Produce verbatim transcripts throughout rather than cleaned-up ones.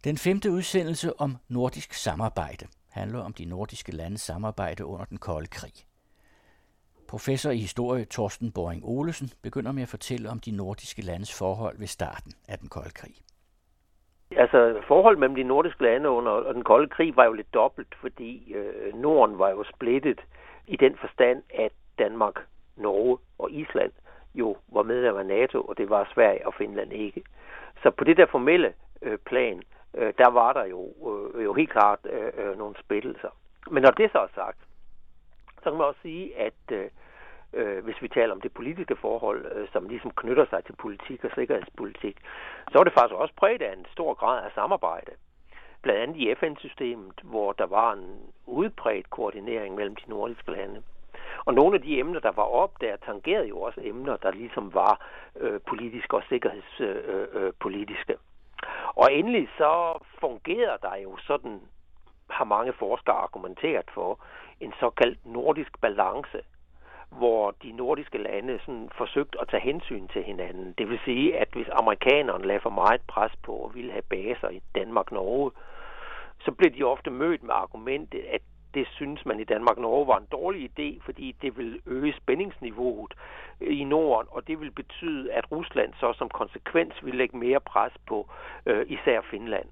Den femte udsendelse om nordisk samarbejde handler om de nordiske landes samarbejde under den kolde krig. Professor i historie Torsten Boring Olesen begynder med at fortælle om de nordiske landes forhold ved starten af den kolde krig. Altså, forholdet mellem de nordiske lande under den kolde krig var jo lidt dobbelt, fordi øh, Norden var jo splittet i den forstand, at Danmark, Norge og Island jo var medlem af NATO, og det var Sverige og Finland ikke. Så på det der formelle øh, plan, øh, der var der jo, øh, jo helt klart øh, nogle splittelser. Men når det så er sagt, så kan man også sige, at øh, øh, hvis vi taler om det politiske forhold, øh, som ligesom knytter sig til politik og sikkerhedspolitik, så er det faktisk også præget af en stor grad af samarbejde. Blandt andet i F N-systemet, hvor der var en udbredt koordinering mellem de nordiske lande. Og nogle af de emner, der var op der, tangerede jo også emner, der ligesom var øh, politiske og sikkerhedspolitiske. Øh, øh, og endelig så fungerer der jo sådan, har mange forskere argumenteret for, en såkaldt nordisk balance, hvor de nordiske lande sådan forsøgte at tage hensyn til hinanden. Det vil sige, at hvis amerikanerne lagde for meget pres på og ville have baser i Danmark-Norge, så blev de ofte mødt med argumentet, at det synes man i Danmark-Norge var en dårlig idé, fordi det vil øge spændingsniveauet i Norden, og det vil betyde, at Rusland så som konsekvens vil lægge mere pres på øh, især Finland.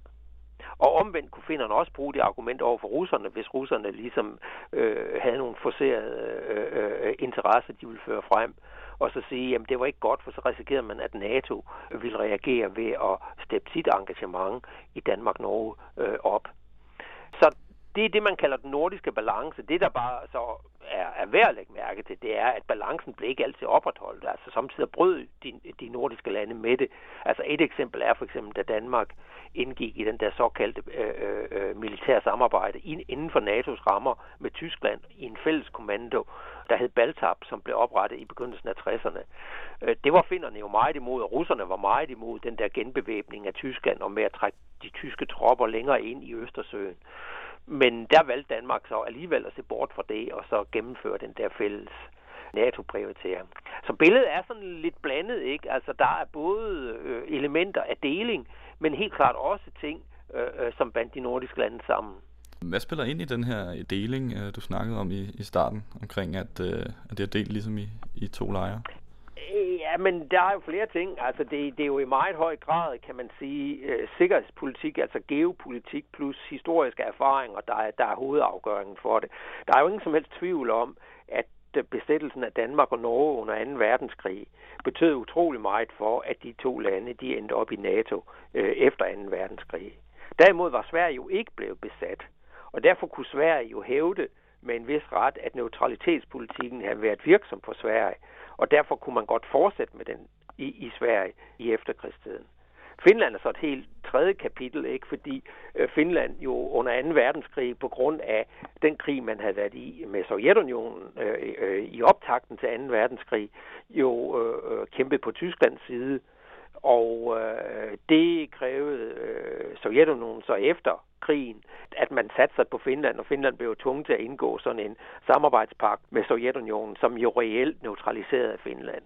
Og omvendt kunne finnerne også bruge det argument over for russerne, hvis russerne ligesom øh, havde nogle forcerede øh, øh, interesser, de ville føre frem, og så sige, jamen det var ikke godt, for så risikerede man, at NATO ville reagere ved at steppe sit engagement i Danmark-Norge øh, op. Så det er det, man kalder den nordiske balance. Det, der bare så er, er værd at lægge mærke til, det er, at balancen blev ikke altid opretholdt. Altså samtidig brød de, de nordiske lande med det. Altså et eksempel er for eksempel, da Danmark indgik i den der såkaldte øh, øh, militære samarbejde inden for NATO's rammer med Tyskland i en fælles kommando, der hed Baltab, som blev oprettet i begyndelsen af tresserne. Det var finnerne jo meget imod, og russerne var meget imod den der genbevæbning af Tyskland og med at trække de tyske tropper længere ind i Østersøen. Men der valgte Danmark så alligevel at se bort fra det, og så gennemføre den der fælles NATO-prioritering. Så billedet er sådan lidt blandet, ikke? Altså der er både øh, elementer af deling, men helt klart også ting, øh, som bandt de nordiske lande sammen. Hvad spiller ind i den her deling, du snakkede om i, i starten, omkring at, øh, at det er delt ligesom i, i to lejre? Ja, men der er jo flere ting. Altså det, det er jo i meget høj grad, kan man sige, øh, sikkerhedspolitik, altså geopolitik plus historiske erfaringer, der er, der er hovedafgørelsen for det. Der er jo ingen som helst tvivl om, at besættelsen af Danmark og Norge under anden verdenskrig betød utrolig meget for, at de to lande de endte op i NATO øh, efter anden verdenskrig. Derimod var Sverige jo ikke blevet besat, og derfor kunne Sverige jo hævde med en vis ret, at neutralitetspolitikken havde været virksom for Sverige, og derfor kunne man godt fortsætte med den i, i Sverige i efterkrigstiden. Finland er så et helt tredje kapitel, ikke, fordi øh, Finland jo under anden verdenskrig på grund af den krig, man havde været i med Sovjetunionen øh, øh, i optakten til anden verdenskrig, jo øh, kæmpede på Tysklands side, og øh, det krævede øh, Sovjetunionen så efter krigen, at man satte sig på Finland, og Finland blev tvunget til at indgå sådan en samarbejdspagt med Sovjetunionen, som jo reelt neutraliserede Finland.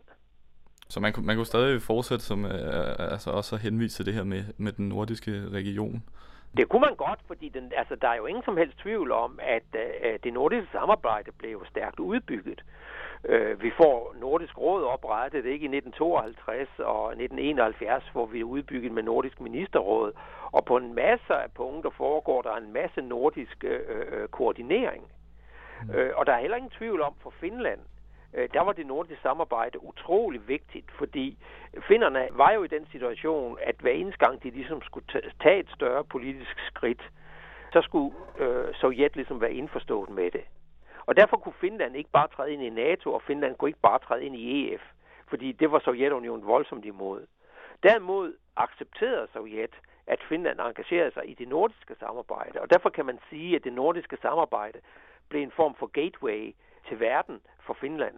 Så man kunne, man kunne stadig fortsætte som, øh, altså også at henvise til det her med, med den nordiske region? Det kunne man godt, fordi den, altså, der er jo ingen som helst tvivl om, at øh, det nordiske samarbejde blev stærkt udbygget. Øh, vi får Nordisk Råd oprettet ikke i nitten tooghalvtreds og nitten enoghalvfjerds, hvor vi er udbygget med Nordisk Ministerråd, og på en masse af punkter foregår der en masse nordisk øh, koordinering. Mm. Øh, og der er heller ingen tvivl om for Finland, der var det nordiske samarbejde utrolig vigtigt, fordi finnerne var jo i den situation, at hver eneste gang de ligesom skulle tage et større politisk skridt, så skulle øh, Sovjet ligesom være indforstået med det. Og derfor kunne Finland ikke bare træde ind i NATO, og Finland kunne ikke bare træde ind i E F, fordi det var Sovjetunionen voldsomt imod. Derimod accepterede Sovjet, at Finland engagerede sig i det nordiske samarbejde, og derfor kan man sige, at det nordiske samarbejde blev en form for gateway til verden for Finland.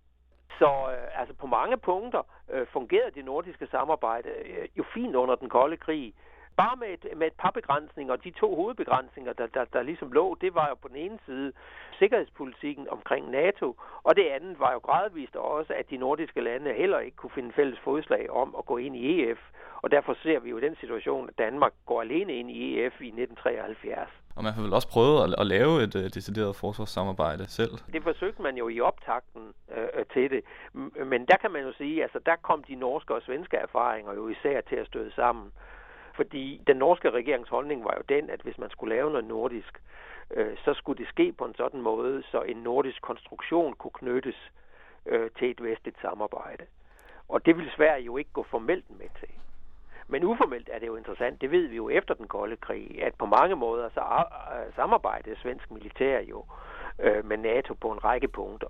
Så øh, altså på mange punkter øh, fungerede det nordiske samarbejde øh, jo fint under den kolde krig, bare med et, med et par begrænsninger, og de to hovedbegrænsninger, der, der, der ligesom lå, det var jo på den ene side sikkerhedspolitikken omkring NATO, og det andet var jo gradvist også, at de nordiske lande heller ikke kunne finde fælles fodslag om at gå ind i E F, og derfor ser vi jo den situation, at Danmark går alene ind i E F i nitten treoghalvfjerds. Og man har vel også prøvet at, at lave et uh, decideret forsvarssamarbejde selv? Det forsøgte man jo i optakten øh, til det, men der kan man jo sige, altså der kom de norske og svenske erfaringer jo især til at støde sammen. Fordi den norske regerings holdning var jo den, at hvis man skulle lave noget nordisk, øh, så skulle det ske på en sådan måde, så en nordisk konstruktion kunne knyttes øh, til et vestligt samarbejde. Og det ville Sverige jo ikke gå formelt med til. Men uformelt er det jo interessant, det ved vi jo efter den kolde krig, at på mange måder så samarbejdede svensk militær jo øh, med NATO på en række punkter.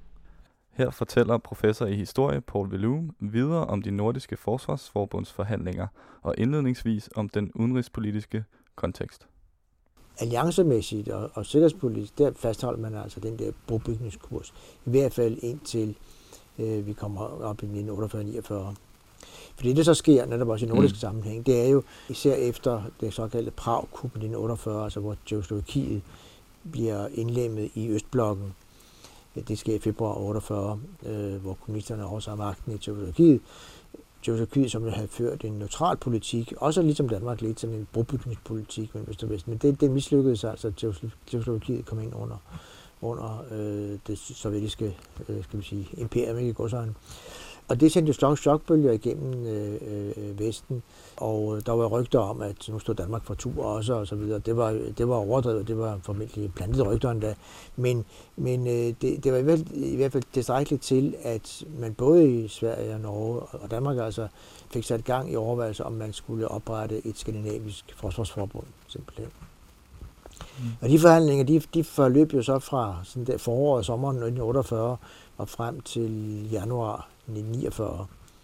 Her fortæller professor i historie Poul Velum videre om de nordiske forsvarsforbundsforhandlinger og indledningsvis om den udenrigspolitiske kontekst. Alliancemæssigt og, og sikkerhedspolitisk, der fastholder man altså den der brobygningskurs. I hvert fald indtil øh, vi kommer op i nitten otteogfyrre niogfyrre. Fordi det så sker netop også i nordisk mm. sammenhæng, det er jo især efter det såkaldte Prag-kup i nitten otteogfyrre, altså hvor Tjekkoslovakiet bliver indlemmet i Østblokken. Det sker i februar otteogfyrre, øh, hvor kommunisterne overtager magten i Tjekkoslovakiet. Tjekkoslovakiet, som jo havde ført en neutral politik, også ligesom Danmark lidt sådan en brobygningspolitik mellem Øst og Vest. Men det, det mislykkedes altså, at Tjekkoslovakiet kom ind under, under øh, det sovjetiske øh, skal vi sige, imperium, ikke godsejerne. Og det sendte jo større chokbølger igennem øh, øh, Vesten, og der var rygter om, at nu stod Danmark for tur også, og så videre. Det var, det var overdrevet, det var formentlig blandet rygter endda. Men, men øh, det, det var i hvert, fald, i hvert fald tilstrækkeligt til, at man både i Sverige og Norge og Danmark altså fik sat gang i overvejelser, om man skulle oprette et skandinavisk forsvarsforbund, simpelthen. Mm. Og de forhandlinger, de, de forløb jo så fra sådan der foråret og sommeren nitten otteogfyrre og frem til januar nitten niogfyrre.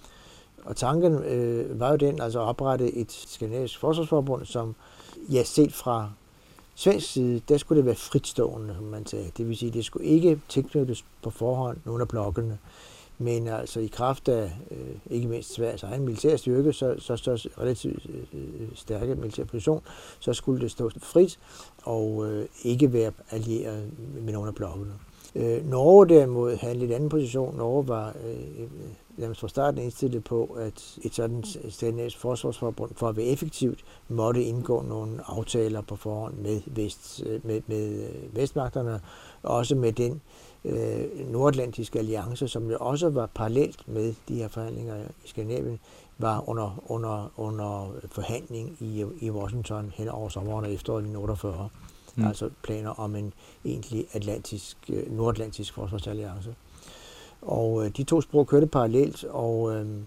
Og tanken øh, var jo den, altså at oprette et skandinavisk forsvarsforbund, som, ja, set fra svensk side, der skulle det være fritstående, som man sagde. Det vil sige, det skulle ikke tilknyttes på forhånd nogle af blokkene, men altså i kraft af øh, ikke mindst Sveriges egen militære styrke, så, så, så relativt øh, stærke militær position, så skulle det stå frit og øh, ikke være allieret med nogle af blokkene. Øh, Norge derimod havde en lidt anden position. Norge var øh, nærmest fra starten indstillet på, at et sådan skandinavisk forsvarsforbund for at være effektivt måtte indgå nogle aftaler på forhånd med, vest, med, med vestmagterne, og også med den øh, nordatlantiske alliance, som jo også var parallelt med de her forhandlinger i Skandinavien, var under, under, under forhandling i, i Washington hen over sommeren og efteråret nitten otteogfyrre. Mm. Altså planer om en egentlig atlantisk, nordatlantisk forsvarsalliance. Og øh, de to sprog kørte parallelt, og, øh,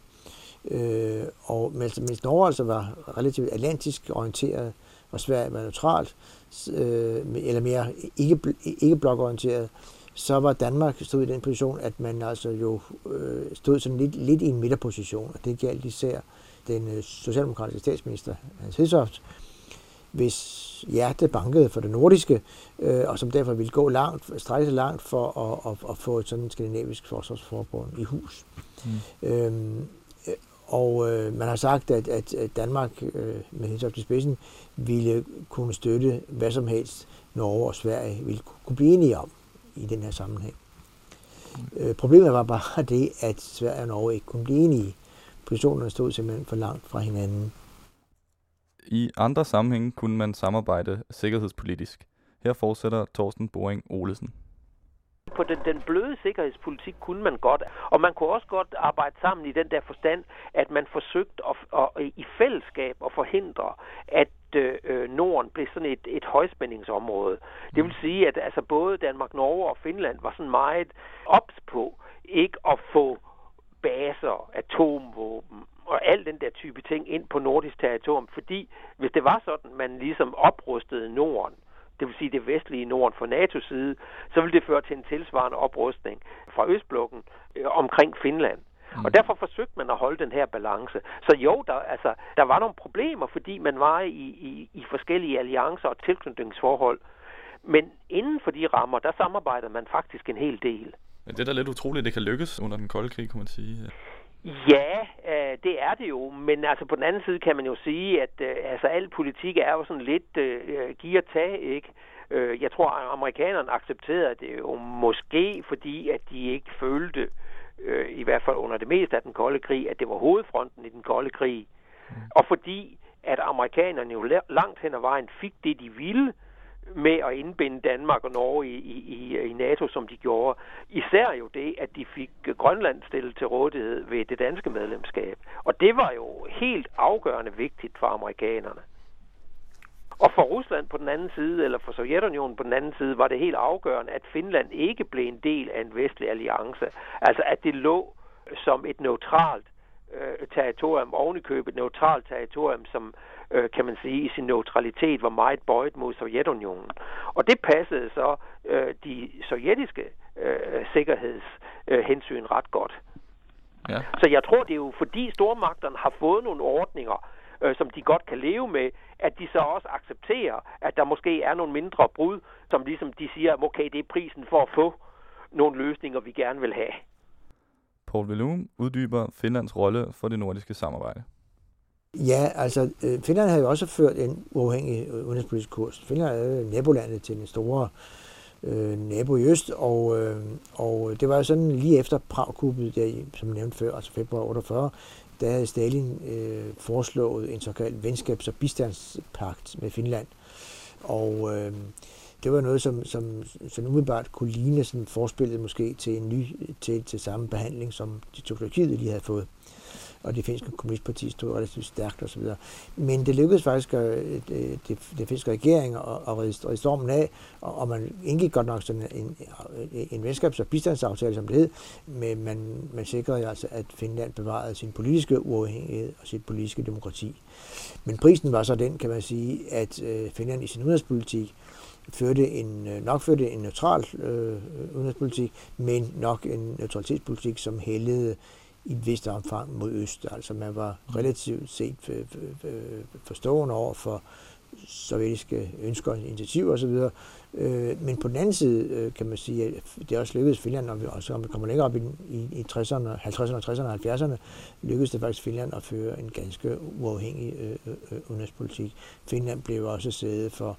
øh, og mens, mens Norge altså var relativt atlantisk orienteret, og Sverige var neutralt, øh, eller mere ikke, ikke blokorienteret, så var Danmark stod i den position, at man altså jo øh, stod sådan lidt, lidt i en midterposition, og det galt især den øh, socialdemokratiske statsminister, Hans Hedtoft, hvis hjertet bankede for det nordiske, øh, og som derfor ville gå langt, strække sig langt for at, at, at få et sådan skandinavisk forsvarsforbund i hus. Mm. Øhm, og øh, man har sagt, at, at Danmark øh, med Hedtoft i spidsen ville kunne støtte hvad som helst Norge og Sverige ville kunne blive enige om i den her sammenhæng. Mm. Øh, problemet var bare det, at Sverige og Norge ikke kunne blive enige. Positionerne stod simpelthen for langt fra hinanden. I andre sammenhænge kunne man samarbejde sikkerhedspolitisk. Her fortsætter Torsten Boring Olesen. På den, den bløde sikkerhedspolitik kunne man godt, og man kunne også godt arbejde sammen i den der forstand, at man forsøgte at, at, at, i fællesskab at forhindre, at øh, Norden blev sådan et, et højspændingsområde. Det vil sige, at altså, både Danmark, Norge og Finland var sådan meget ops på ikke at få baser, atomvåben og al den der type ting ind på nordisk territorium, fordi hvis det var sådan, man ligesom oprustede Norden, det vil sige det vestlige Norden fra NATO's side, så ville det føre til en tilsvarende oprustning fra Østblokken øh, omkring Finland. Mm. Og derfor forsøgte man at holde den her balance. Så jo, der, altså, der var nogle problemer, fordi man var i, i, i forskellige alliancer og tilknytningsforhold. Men inden for de rammer, der samarbejdede man faktisk en hel del. Men det er da lidt utroligt, det kan lykkes under den kolde krig, kunne man sige. Ja, øh, det er det jo, men altså på den anden side kan man jo sige, at øh, altså al politik er jo sådan lidt øh, giv og tag, ikke? Øh, jeg tror, at amerikanerne accepterede det jo måske, fordi at de ikke følte, øh, i hvert fald under det meste af den kolde krig, at det var hovedfronten i den kolde krig. Mm. Og fordi at amerikanerne jo langt hen ad vejen fik det, de ville, med at indbinde Danmark og Norge i, i, i NATO, som de gjorde. Især jo det, at de fik Grønland stillet til rådighed ved det danske medlemskab. Og det var jo helt afgørende vigtigt for amerikanerne. Og for Rusland på den anden side, eller for Sovjetunionen på den anden side, var det helt afgørende, at Finland ikke blev en del af en vestlig alliance. Altså at det lå som et neutralt øh, territorium, ovenikøbet et neutralt territorium, som øh, kan man sige, i sin neutralitet var meget bøjet mod Sovjetunionen. Og det passede så øh, de sovjetiske øh, sikkerhedshensyn øh, ret godt. Ja. Så jeg tror, det er jo fordi stormagterne har fået nogle ordninger, øh, som de godt kan leve med, at de så også accepterer, at der måske er nogle mindre brud, som ligesom de siger, okay, det er prisen for at få nogle løsninger, vi gerne vil have. Poul Velum uddyber Finlands rolle for det nordiske samarbejde. Ja, altså Finland havde jo også ført en uafhængig udenrigspolitisk kurs. Finland er nabolandet til den store øh, nabo i øst, og, øh, og det var jo sådan lige efter Prag-kuppet, der, som nævnt før, altså februar otteogfyrre, der havde Stalin øh, foreslået en såkaldt venskabs- og bistandspagt med Finland. Og øh, det var noget, som, som, som umiddelbart kunne ligne sådan forspillet måske til en ny, til, til samme behandling, som de Tjekkoslovakiet lige havde fået. Og det finske kommunistparti stod relativt stærkt osv. Men det lykkedes faktisk det, det, det finske regering at, at ride stormen af, og, og man indgik godt nok sådan en, en venskabs- og bistandsaftale, som det hed, men man, man sikrede altså, at Finland bevarede sin politiske uafhængighed og sit politiske demokrati. Men prisen var så den, kan man sige, at Finland i sin udenrigspolitik førte en, nok førte en neutral øh, udenrigspolitik, men nok en neutralitetspolitik, som hældede i et vist omfang mod øst. Altså man var relativt set forstående over for sovjetiske ønsker, initiativer osv. Men på den anden side kan man sige, at det også lykkedes Finland, når vi også kommer længere op i, i tresserne, halvtredserne, tresserne og halvfjerdserne, lykkedes det faktisk Finland at føre en ganske uafhængig udenrigspolitik. Finland blev også sæde for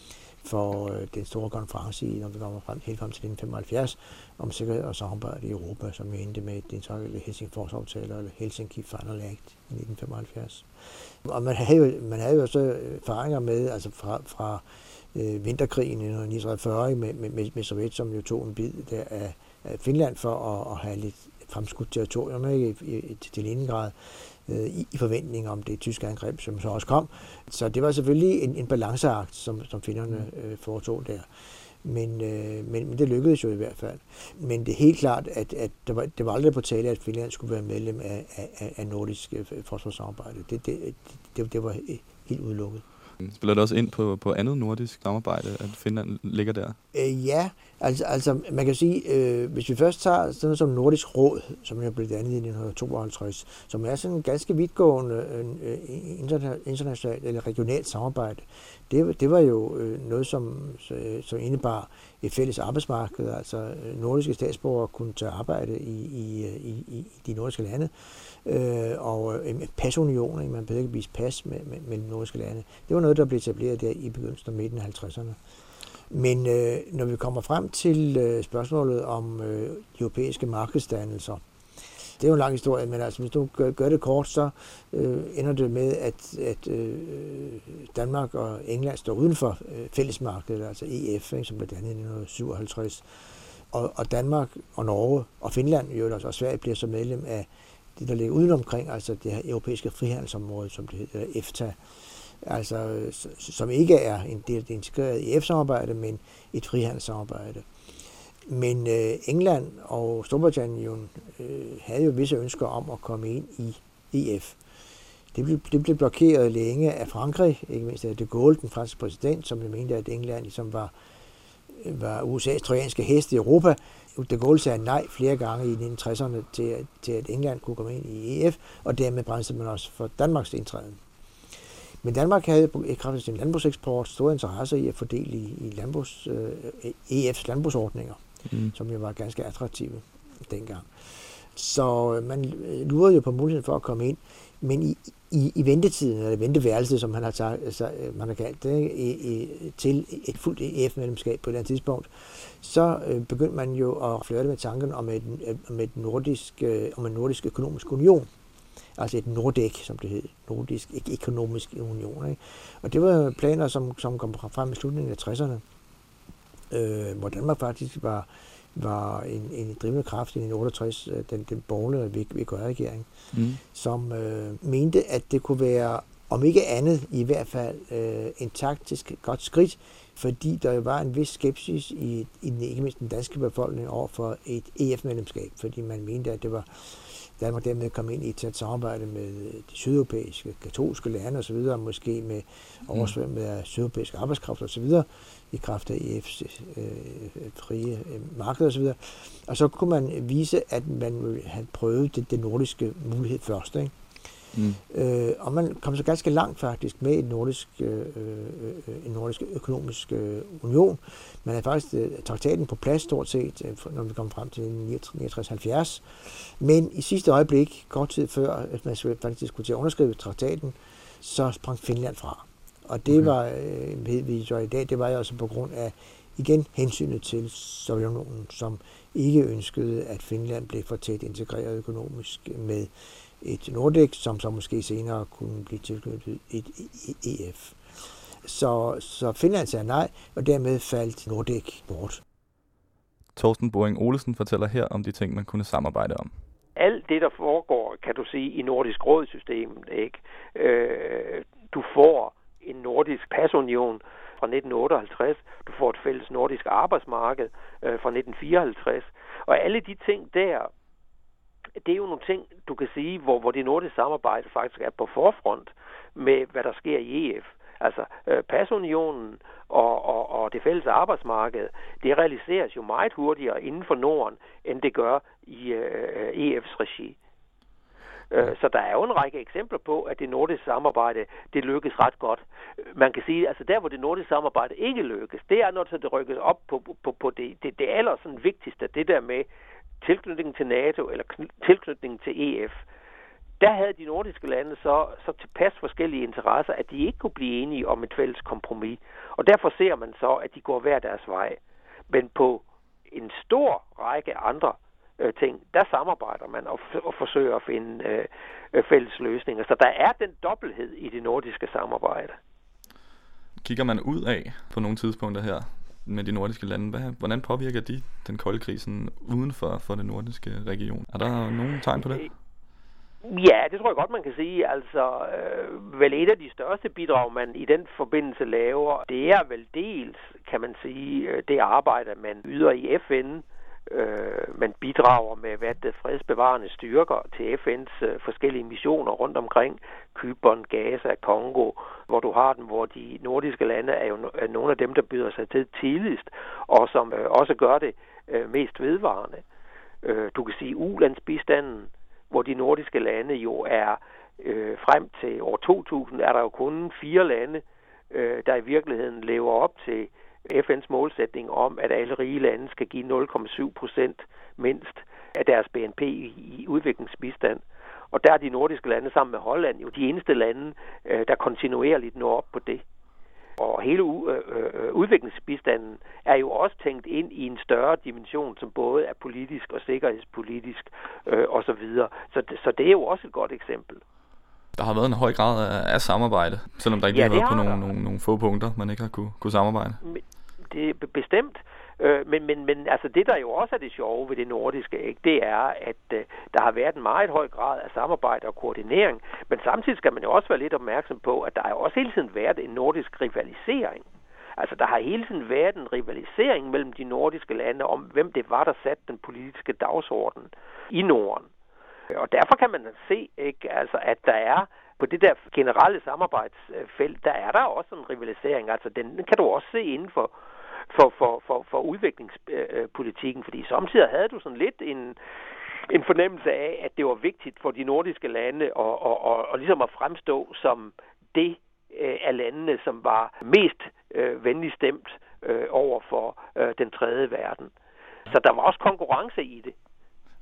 for den store konference, når vi kommer frem, helt frem til nitten femoghalvfjerds, om sikkerhed og samarbejde i Europa, som jo endte med den såkaldte Helsingfors-aftale, eller Helsinki Final Act i nitten femoghalvfjerds. Og man havde jo, man havde jo også erfaringer med, altså fra, fra øh, vinterkrigen i nitten niogtredive fyrre med, med, med Sovjet, som jo tog en bid der af, af Finland for at, at have lidt fremskudt territorium ikke, i, i, til Leningrad, I, i forventning om det tyske angreb, som så også kom. Så det var selvfølgelig en, en balanceakt, som, som finnerne øh, foretog der. Men, øh, men, men det lykkedes jo i hvert fald. Men det er helt klart, at, at det, var, det var aldrig på tale, at Finland skulle være medlem af, af, af nordisk forsvarssamarbejde. Det, det, det, det var helt udelukket. Spiller det også ind på, på andet nordisk samarbejde, at Finland ligger der? Øh, ja, altså, altså man kan sige, øh, hvis vi først tager sådan noget som Nordisk Råd, som er blevet dannet i nitten tooghalvtreds, som er sådan en ganske vidtgående øh, internationalt eller regionalt samarbejde, det, det var jo øh, noget, som, som indebar et fælles arbejdsmarked, altså nordiske statsborgere kunne tage arbejde i, i, i, i de nordiske lande, øh, og en pasunion, man bedre kan vise pas med, med, med de nordiske lande. Det var noget, der blev etableret der i begyndelsen af midten af halvtredserne. Men øh, når vi kommer frem til øh, spørgsmålet om øh, de europæiske markedsdannelser, det er jo en lang historie, men altså, hvis du gør, gør det kort, så øh, ender det med, at, at øh, Danmark og England står uden for øh, fællesmarkedet, altså E F, ikke, som blev dannet i nitten syvoghalvtreds. Og, og Danmark og Norge og Finland, jo også, og Sverige, bliver så medlem af det, der ligger udenomkring, altså det her europæiske frihandelsområde, som det hedder, EFTA. Altså, som ikke er en del af det integrerede E F-samarbejde, men et frihandelssamarbejde. Men øh, England og Storbritannien øh, havde jo visse ønsker om at komme ind i E F. Det blev, det blev blokeret længe af Frankrig, ikke mindst af de Gaulle, den franske præsident, som mente, at England ligesom var, var U S A's trojanske hest i Europa. De Gaulle sagde nej flere gange i nitten tresserne til, til, at England kunne komme ind i E F, og dermed bremsede man også for Danmarks indtræden. Men Danmark havde i kraft af sin landbrugseksport store interesse i at fordele i, i landbrugs, øh, E F's landbrugsordninger, mm. som jo var ganske attraktive dengang. Så man lurede jo på muligheden for at komme ind, men i, i, i ventetiden, eller venteværelset, som han har, taget, altså, man har kaldt det, i, i, til et fuldt E F-medlemskab på et eller andet tidspunkt, så øh, begyndte man jo at flirte med tanken om, et, om, et nordisk, øh, om en nordisk økonomisk union. Altså et Nordek, som det hed, Nordisk Økonomisk Union. Ikke? Og det var planer, som, som kom frem i slutningen af tresserne, øh, hvor Danmark faktisk var, var en, en drivende kraft i nitten otteogtres, den, den borgerlige V K R-regering, mm. som øh, mente, at det kunne være, om ikke andet, i hvert fald øh, en taktisk godt skridt, fordi der var en vis skepsis i, i den, ikke mindst den danske befolkning over for et E F-medlemskab, fordi man mente, at det var Danmark dermed kom ind i et tæt samarbejde med de sydeuropæiske katolske lande osv., måske med oversvømmet af sydeuropæisk arbejdskraft osv., i kraft af E F's øh, frie øh, marked osv. Og så kunne man vise, at man havde prøvet det, det nordiske mulighed først, ikke? Mm. Øh, og man kom så ganske langt faktisk med et nordisk, øh, øh, en nordisk økonomisk øh, union. Man havde faktisk øh, traktaten på plads stort set, øh, når vi kom frem til niogtres halvfjerds. Men i sidste øjeblik, kort tid før, at man faktisk skulle til at underskrive traktaten, så sprang Finland fra. Og det okay. var, øh, ved vi så i dag, det var jo også på grund af, igen, hensynet til Sovjetunionen, som ikke ønskede, at Finland blev for tæt integreret økonomisk med et Nordek, som så måske senere kunne blive tilknyttet et E F. Så, så Finland sagde nej, og dermed faldt Nordek bort. Torsten Boring Olesen fortæller her om de ting, man kunne samarbejde om. Alt det, der foregår, kan du sige, i Nordisk Råd-systemet, ikke? Øh, du får en nordisk pasunion fra nitten otteoghalvtreds, du får et fælles nordisk arbejdsmarked øh, fra nitten fireoghalvtreds, og alle de ting der, det er jo nogle ting, du kan sige, hvor, hvor det nordiske samarbejde faktisk er på forfront med, hvad der sker i E F. Altså øh, pasunionen og, og, og det fælles arbejdsmarked, det realiseres jo meget hurtigere inden for Norden, end det gør i øh, E F's regi. Øh, så der er jo en række eksempler på, at det nordiske samarbejde, det lykkes ret godt. Man kan sige, altså der, hvor det nordiske samarbejde ikke lykkes, det er, når det rykkes op på, på, på det, det, det aller sådan vigtigste, det der med tilknytningen til NATO eller tilknytningen til E F. Der havde de nordiske lande så, så tilpas forskellige interesser, at de ikke kunne blive enige om et fælles kompromis. Og derfor ser man så, at de går hver deres vej. Men på en stor række andre øh, ting, der samarbejder man og, f- og forsøger at finde øh, øh, fælles løsninger. Så der er den dobbelthed i det nordiske samarbejde. Kigger man ud af på nogle tidspunkter her med de nordiske lande, hvad, hvordan påvirker de den kolde krig sådan uden for, for den nordiske region? Er der nogen tegn på det? Ja, det tror jeg godt, man kan sige. Altså, øh, vel et af de største bidrag, man i den forbindelse laver, det er vel dels, kan man sige, det arbejde, man yder i F N. Øh, man bidrager med hvad det fredsbevarende styrker til F N's øh, forskellige missioner rundt omkring Cypern, Gaza, Kongo, hvor du har dem, hvor de nordiske lande er jo no- er nogle af dem, der byder sig til tidligst, og som øh, også gør det øh, mest vedvarende. Øh, du kan sige ulandsbistanden, hvor de nordiske lande jo er øh, frem til år to tusind, er der jo kun fire lande, øh, der i virkeligheden lever op til F N's målsætning om, at alle rige lande skal give nul komma syv procent mindst af deres B N P i, i udviklingsbistand. Og der er de nordiske lande sammen med Holland jo de eneste lande, øh, der kontinuerligt når op på det. Og hele u- øh, udviklingsbistanden er jo også tænkt ind i en større dimension, som både er politisk og sikkerhedspolitisk øh, osv. Så, så det er jo også et godt eksempel. Der har været en høj grad af, af samarbejde, selvom der ikke ja, har været på nogle, nogle, nogle få punkter, man ikke har kunne, kunne samarbejde. Det er bestemt. Øh, men, men, men altså det, der jo også er det sjove ved det nordiske, ikke, det er, at øh, der har været en meget høj grad af samarbejde og koordinering, men samtidig skal man jo også være lidt opmærksom på, at der har også hele tiden været en nordisk rivalisering. Altså der har hele tiden været en rivalisering mellem de nordiske lande om, hvem det var, der satte den politiske dagsorden i Norden. Og derfor kan man se, ikke, altså, at der er på det der generelle samarbejdsfelt, der er der også en rivalisering. Altså den kan du også se inden for for, for, for, for udviklingspolitikken, fordi samtidig havde du sådan lidt en, en fornemmelse af, at det var vigtigt for de nordiske lande at, at, at, at, ligesom at fremstå som det øh, af landene, som var mest øh, venligt stemt øh, over for øh, den tredje verden. Så der var også konkurrence i det.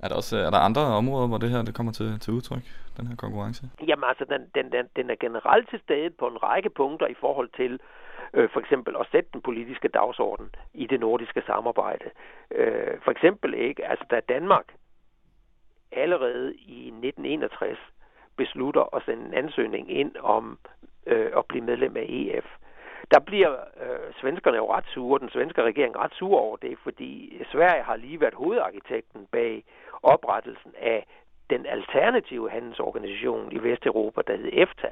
Er der også er der andre områder, hvor det her det kommer til, til udtryk, den her konkurrence? Jamen altså, den, den, den, den er generelt til stede på en række punkter i forhold til øh, for eksempel at sætte den politiske dagsorden i det nordiske samarbejde. Øh, for eksempel ikke, altså da Danmark allerede i nitten enogtres beslutter at sende en ansøgning ind om øh, at blive medlem af E F. Der bliver øh, svenskerne jo ret sure, den svenske regering ret sur over det, fordi Sverige har lige været hovedarkitekten bag oprettelsen af den alternative handelsorganisation i Vesteuropa, der hed EFTA.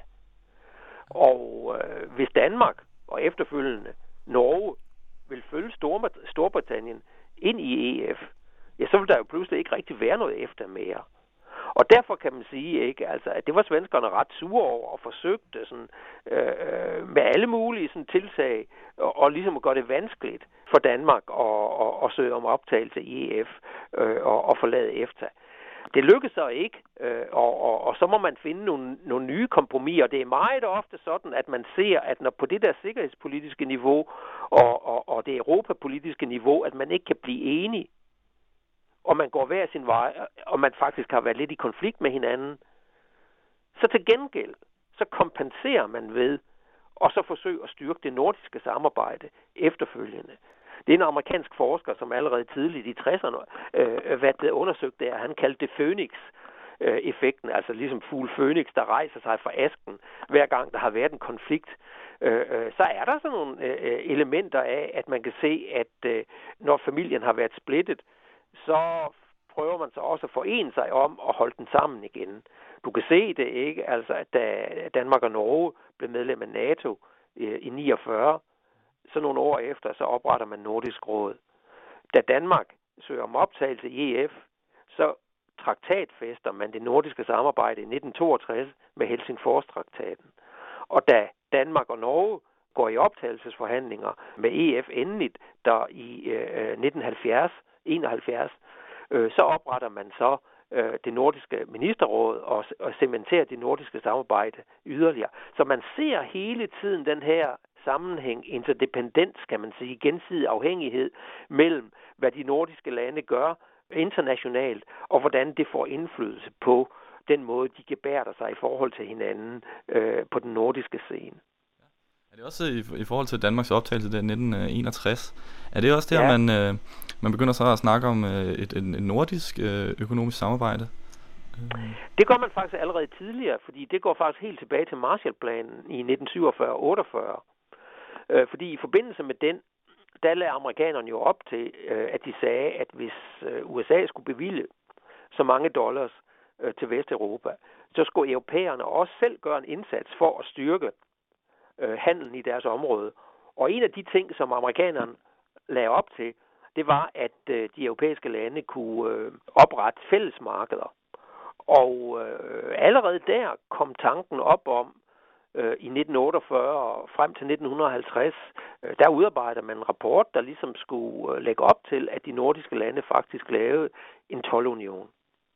Og øh, hvis Danmark og efterfølgende Norge vil følge Stor- Storbritannien ind i E F, ja, så vil der jo pludselig ikke rigtig være noget EFTA mere. Og derfor kan man sige, ikke, altså, at det var svenskerne ret sure over og forsøgte sådan, øh, med alle mulige sådan, tiltag og, og ligesom at gøre det vanskeligt for Danmark at, at, at søge om optagelse i E F øh, og, og forlade EFTA. Det lykkedes så ikke, øh, og, og, og så må man finde nogle, nogle nye kompromiser. Det er meget ofte sådan, at man ser, at når på det der sikkerhedspolitiske niveau og, og, og det europapolitiske niveau, at man ikke kan blive enige, og man går hver sin vej, og man faktisk har været lidt i konflikt med hinanden, så til gengæld, så kompenserer man ved, og så forsøger at styrke det nordiske samarbejde efterfølgende. Det er en amerikansk forsker, som allerede tidligt i tresserne øh, var blevet undersøgt der. Han kaldte det Phoenix-effekten, altså ligesom fugl Phoenix, der rejser sig fra asken, hver gang der har været en konflikt. Øh, øh, så er der sådan nogle øh, elementer af, at man kan se, at øh, når familien har været splittet, så prøver man så også at forene sig om at holde den sammen igen. Du kan se det, ikke? Altså, at da Danmark og Norge blev medlem af NATO øh, i niogfyrre, så nogle år efter, så opretter man Nordisk Råd. Da Danmark søger om optagelse i E F, så traktatfæster man det nordiske samarbejde i nitten toogtres med Helsingfors-traktaten. Og da Danmark og Norge går i optagelsesforhandlinger med E F endeligt, der i øh, nitten halvfjerds, enoghalvfjerds, øh, så opretter man så øh, det nordiske ministerråd og, og cementerer det nordiske samarbejde yderligere. Så man ser hele tiden den her sammenhæng, interdependens, kan man sige, gensidig afhængighed mellem, hvad de nordiske lande gør internationalt, og hvordan det får indflydelse på den måde, de gebærder sig i forhold til hinanden øh, på den nordiske scene. Er det også i, i forhold til Danmarks optagelse der i nitten enogtres, er det også der, ja. man, øh, man begynder så at snakke om øh, et, et, et nordisk øh, økonomisk samarbejde? Det gør man faktisk allerede tidligere, fordi det går faktisk helt tilbage til Marshallplanen i nitten syvogfyrre otteogfyrre. Øh, fordi i forbindelse med den, der lagde amerikanerne jo op til, øh, at de sagde, at hvis øh, U S A skulle bevilge så mange dollars øh, til Vesteuropa, så skulle europæerne også selv gøre en indsats for at styrke øh, handlen i deres område. Og en af de ting, som amerikanerne lagde op til, det var, at øh, de europæiske lande kunne øh, oprette fællesmarkeder. Og øh, allerede der kom tanken op om, øh, i nitten otteogfyrre og frem til nitten halvtreds, øh, der udarbejder man en rapport, der ligesom skulle øh, lægge op til, at de nordiske lande faktisk lavede en toldunion.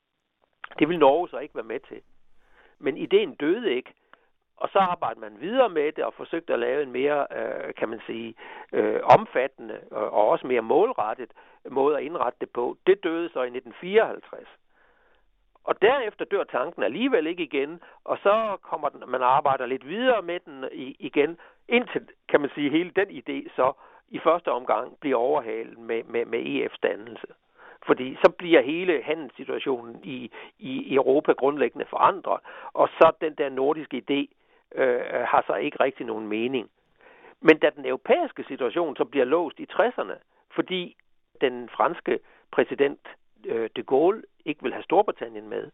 Det ville Norge så ikke være med til. Men ideen døde ikke. Og så arbejdede man videre med det og forsøgte at lave en mere, øh, kan man sige, øh, omfattende og også mere målrettet måde at indrette det på. Det døde så i nitten fireoghalvtreds. Og derefter dør tanken alligevel ikke igen, og så kommer den, man arbejder lidt videre med den igen, indtil, kan man sige, hele den idé så i første omgang bliver overhalet med, med, med E F's dannelse. Fordi så bliver hele handelssituationen i, i Europa grundlæggende forandret, og så den der nordiske idé øh, har så ikke rigtig nogen mening. Men da den europæiske situation så bliver låst i tresserne, fordi den franske præsident øh, de Gaulle ikke vil have Storbritannien med,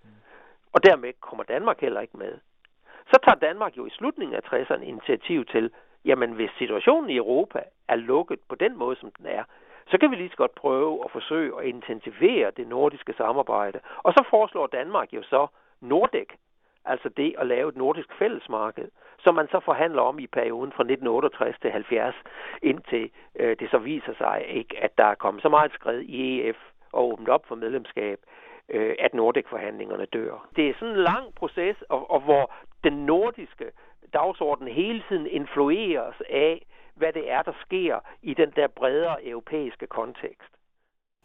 og dermed kommer Danmark heller ikke med, så tager Danmark jo i slutningen af tresserne initiativ til, jamen hvis situationen i Europa er lukket på den måde, som den er, så kan vi lige så godt prøve at forsøge at intensivere det nordiske samarbejde. Og så foreslår Danmark jo så Nordek, altså det at lave et nordisk fællesmarked, som man så forhandler om i perioden fra nitten otteogtres til halvfjerds, indtil øh, det så viser sig, ikke, at der er kommet så meget skred i E F og åbnet op for medlemskab, øh, at Nordek-forhandlingerne dør. Det er sådan en lang proces, og, og hvor den nordiske dagsorden hele tiden influeres af, hvad det er, der sker i den der bredere europæiske kontekst.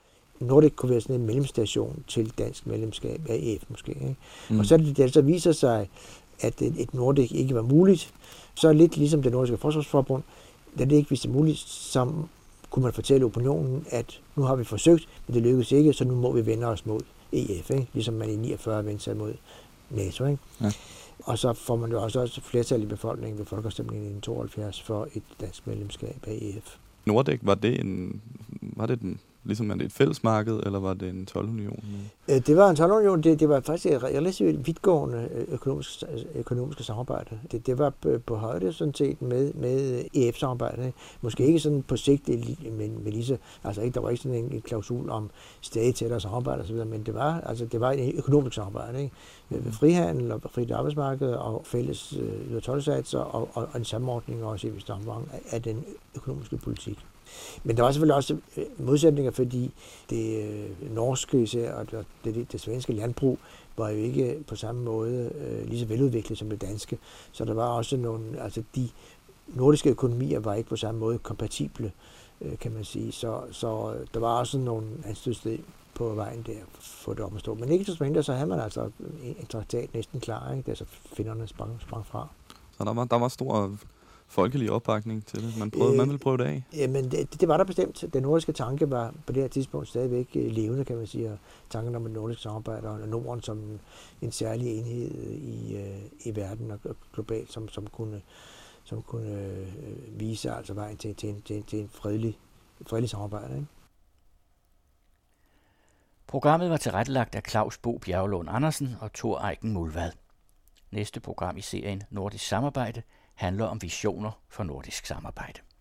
Nordic kunne være sådan en mellemstation til dansk medlemskab af E F måske. Ikke? Mm. Og så det, det så viser sig, at et Nordic ikke var muligt, så lidt ligesom det nordiske forsvarsforbund, da det ikke viste muligt, så kunne man fortælle opinionen, at nu har vi forsøgt, men det lykkedes ikke, så nu må vi vende os mod E F, ikke? Ligesom man i niogfyrre vendte sig mod NATO. Ikke? Ja. Og så får man jo også, også flertal i befolkningen ved folkeafstemningen i nitten tooghalvfjerds for et dansk medlemskab af E F. Nordic, var det en, var det den, ligesom er det et fællesmarked, eller var det en toldunion? Det var en toldunion. Det, det var faktisk et relativt vidtgående økonomisk, økonomiske samarbejde. Det, det var på højde sådan set med, med E F-samarbejdet. Måske ikke sådan på sigt, men med lige så, altså ikke, der var ikke sådan en, en klausul om stadig tættere samarbejde osv., men det var, altså, det var et økonomisk samarbejde. Ikke? Med frihandel og frit arbejdsmarked og fælles øh, toldsatser og, og, og en samordning også i vist omfang af den økonomiske politik. Men der var selvfølgelig også modsætninger, fordi det øh, norske især og det, det, det svenske landbrug var jo ikke på samme måde øh, lige så veludviklet som det danske. Så der var også nogle, altså de nordiske økonomier var ikke på samme måde kompatible, øh, kan man sige. Så, så der var også nogle anstødssted på vejen der for det op at stå. Men ikke så mindre, så havde man altså en traktat næsten klar, ikke? Der så finnerne sprang, sprang fra. Så der var, der var stor folkelig opbakning til det. Man, prøvede, øh, man ville prøve det af? Jamen, det, det var der bestemt. Den nordiske tanke var på det her tidspunkt stadigvæk levende, kan man sige. Og tanken om et nordisk samarbejde og Norden som en særlig enhed i, i verden og globalt, som, som kunne, som kunne øh, vise altså vejen til, til, en, til, til en fredelig, fredelig samarbejde. Ikke? Programmet var tilrettelagt af Claus Bo Bjerglund Andersen og Thor Eiken Mulvad. Næste program i serien Nordisk Samarbejde handler om visioner for nordisk samarbejde.